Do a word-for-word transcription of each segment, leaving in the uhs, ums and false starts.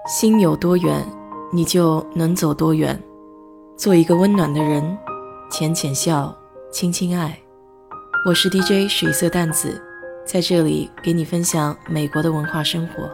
心有多远，你就能走多远。做一个温暖的人，浅浅笑，轻轻爱。我是 D J 水色淡子，在这里给你分享美国的文化生活。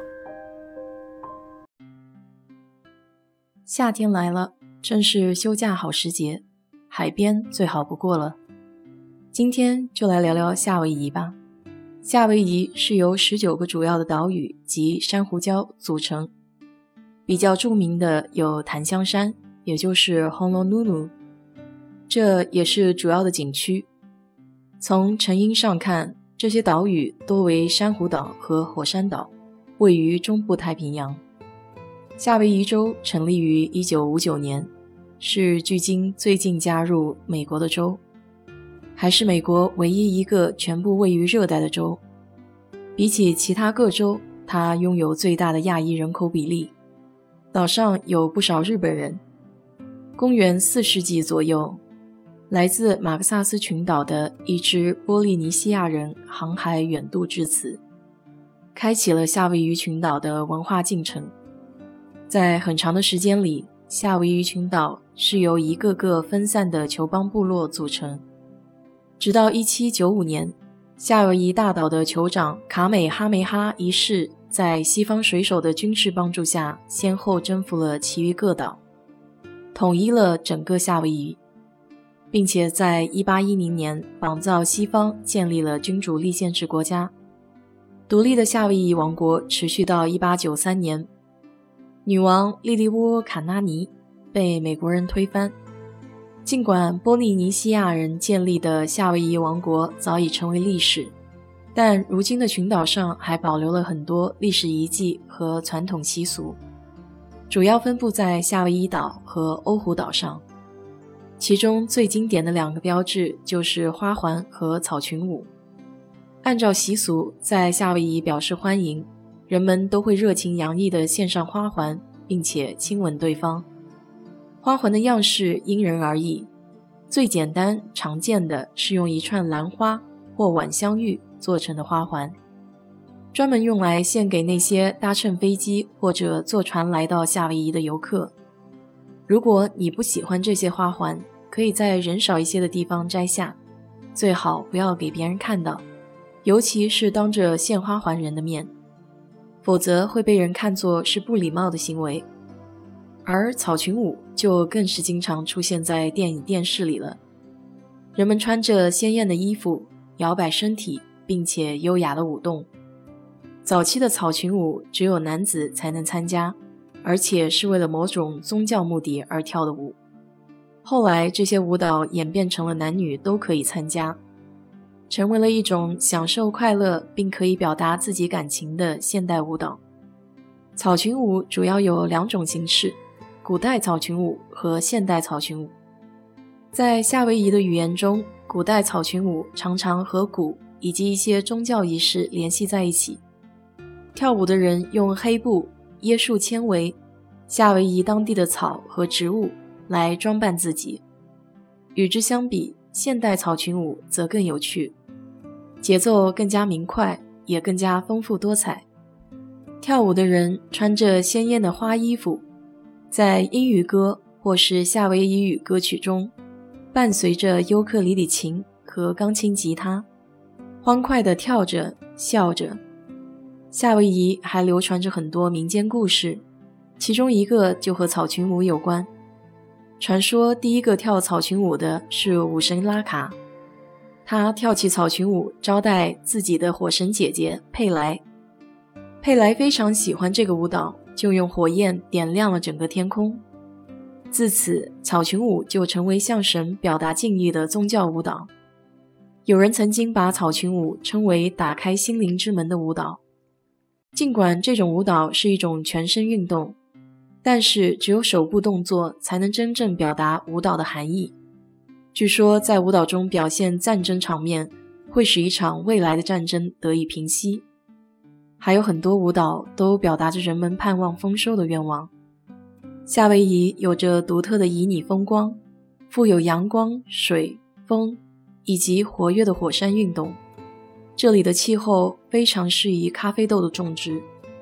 夏天来了，正是休假好时节，海边最好不过了。今天就来聊聊夏威夷吧。夏威夷是由十九个主要的岛屿及珊瑚礁组成，比较著名的有檀香山，也就是 Honolulu， 这也是主要的景区。从成因上看，这些岛屿多为珊瑚岛和火山岛，位于中部太平洋。夏威夷州成立于一九五九年，是距今最近加入美国的州，还是美国唯一一个全部位于热带的州。比起其他各州，它拥有最大的亚裔人口比例，岛上有不少日本人。公元四世纪左右，来自马克萨斯群岛的一支波利尼西亚人航海远渡至此，开启了夏威夷群岛的文化进程。在很长的时间里，夏威夷群岛是由一个个分散的酋邦部落组成。直到一七九五年，夏威夷大岛的酋长卡美哈梅哈一世在西方水手的军事帮助下，先后征服了其余各岛，统一了整个夏威夷，并且在一八一零年仿造西方建立了君主立宪制国家。独立的夏威夷王国持续到一八九三年，女王莉莉窝卡纳尼被美国人推翻。尽管波利尼西亚人建立的夏威夷王国早已成为历史，但如今的群岛上还保留了很多历史遗迹和传统习俗，主要分布在夏威夷岛和欧胡岛上。其中最经典的两个标志就是花环和草裙舞。按照习俗，在夏威夷表示欢迎，人们都会热情洋溢地献上花环，并且亲吻对方。花环的样式因人而异，最简单常见的是用一串兰花或晚香玉做成的花环，专门用来献给那些搭乘飞机或者坐船来到夏威夷的游客。如果你不喜欢这些花环，可以在人少一些的地方摘下，最好不要给别人看到，尤其是当着献花环人的面，否则会被人看作是不礼貌的行为。而草裙舞就更是经常出现在电影电视里了。人们穿着鲜艳的衣服，摇摆身体，并且优雅的舞动。早期的草裙舞只有男子才能参加，而且是为了某种宗教目的而跳的舞。后来这些舞蹈演变成了男女都可以参加，成为了一种享受快乐并可以表达自己感情的现代舞蹈。草裙舞主要有两种形式，古代草裙舞和现代草裙舞。在夏威夷的语言中，古代草裙舞常常和鼓以及一些宗教仪式联系在一起。跳舞的人用黑布、椰树纤维、夏威夷当地的草和植物来装扮自己。与之相比，现代草裙舞则更有趣，节奏更加明快，也更加丰富多彩。跳舞的人穿着鲜艳的花衣服，在英语歌或是夏威夷语歌曲中，伴随着尤克里里琴和钢琴吉他，欢快地跳着笑着。夏威夷还流传着很多民间故事，其中一个就和草裙舞有关。传说第一个跳草裙舞的是舞神拉卡，他跳起草裙舞招待自己的火神姐姐佩莱。佩莱非常喜欢这个舞蹈，就用火焰点亮了整个天空。自此，草裙舞就成为向神表达敬意的宗教舞蹈。有人曾经把草裙舞称为打开心灵之门的舞蹈。尽管这种舞蹈是一种全身运动，但是只有手部动作才能真正表达舞蹈的含义。据说在舞蹈中表现战争场面，会使一场未来的战争得以平息。还有很多舞蹈都表达着人们盼望丰收的愿望。夏威夷有着独特的旖旎风光，富有阳光、水、风以及活跃的火山运动。这里的气候非常适宜咖啡豆的种植。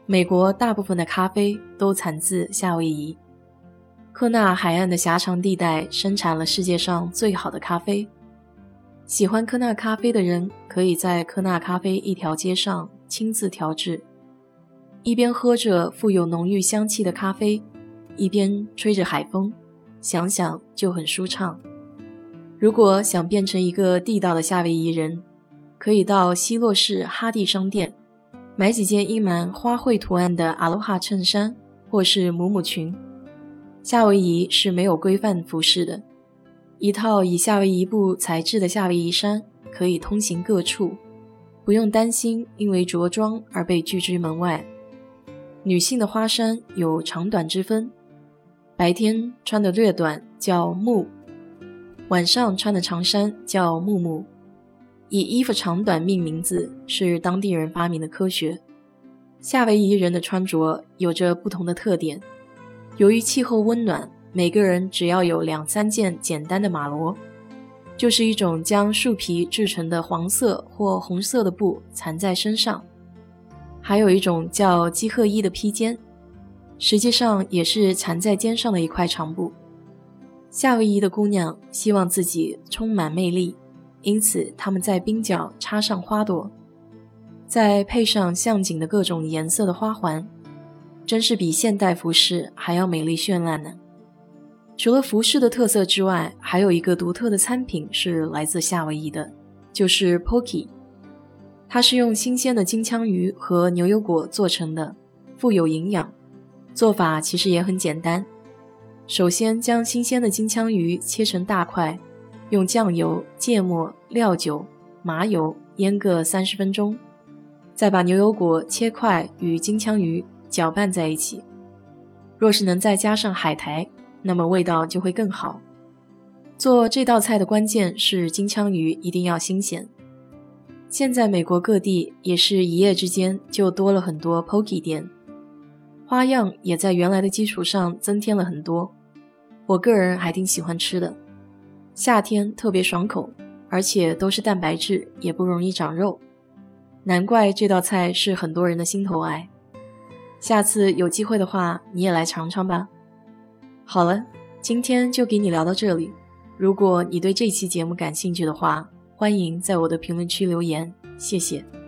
美国大部分的咖啡都产自夏威夷。科纳海岸的狭长地带生产了世界上最好的咖啡。喜欢科纳咖啡的人可以在科纳咖啡一条街上亲自调制，一边喝着富有浓郁香气的咖啡，一边吹着海风，想想就很舒畅。如果想变成一个地道的夏威夷人，可以到希洛市哈蒂商店买几件印满花卉图案的阿罗哈衬衫或是母母裙。夏威夷是没有规范服饰的，一套以夏威夷布材质的夏威夷衫可以通行各处，不用担心因为着装而被拒之门外。女性的花衫有长短之分，白天穿的略短叫木，晚上穿的长衫叫木木。以衣服长短命名字是当地人发明的科学。夏威夷人的穿着有着不同的特点，由于气候温暖，每个人只要有两三件简单的马罗，就是一种将树皮制成的黄色或红色的布缠在身上，还有一种叫基赫衣的披肩，实际上也是缠在肩上的一块长布。夏威夷的姑娘希望自己充满魅力，因此她们在鬓角插上花朵，再配上像锦的各种颜色的花环，真是比现代服饰还要美丽绚烂呢。除了服饰的特色之外，还有一个独特的餐品是来自夏威夷的，就是 Poke。 它是用新鲜的金枪鱼和牛油果做成的，富有营养。做法其实也很简单，首先将新鲜的金枪鱼切成大块，用酱油、芥末、料酒、麻油腌个三十分钟，再把牛油果切块与金枪鱼搅拌在一起。若是能再加上海苔，那么味道就会更好。做这道菜的关键是金枪鱼一定要新鲜。现在美国各地也是一夜之间就多了很多 Poke 店，花样也在原来的基础上增添了很多，我个人还挺喜欢吃的。夏天特别爽口，而且都是蛋白质，也不容易长肉，难怪这道菜是很多人的心头爱。下次有机会的话，你也来尝尝吧。好了，今天就给你聊到这里。如果你对这期节目感兴趣的话，欢迎在我的评论区留言，谢谢。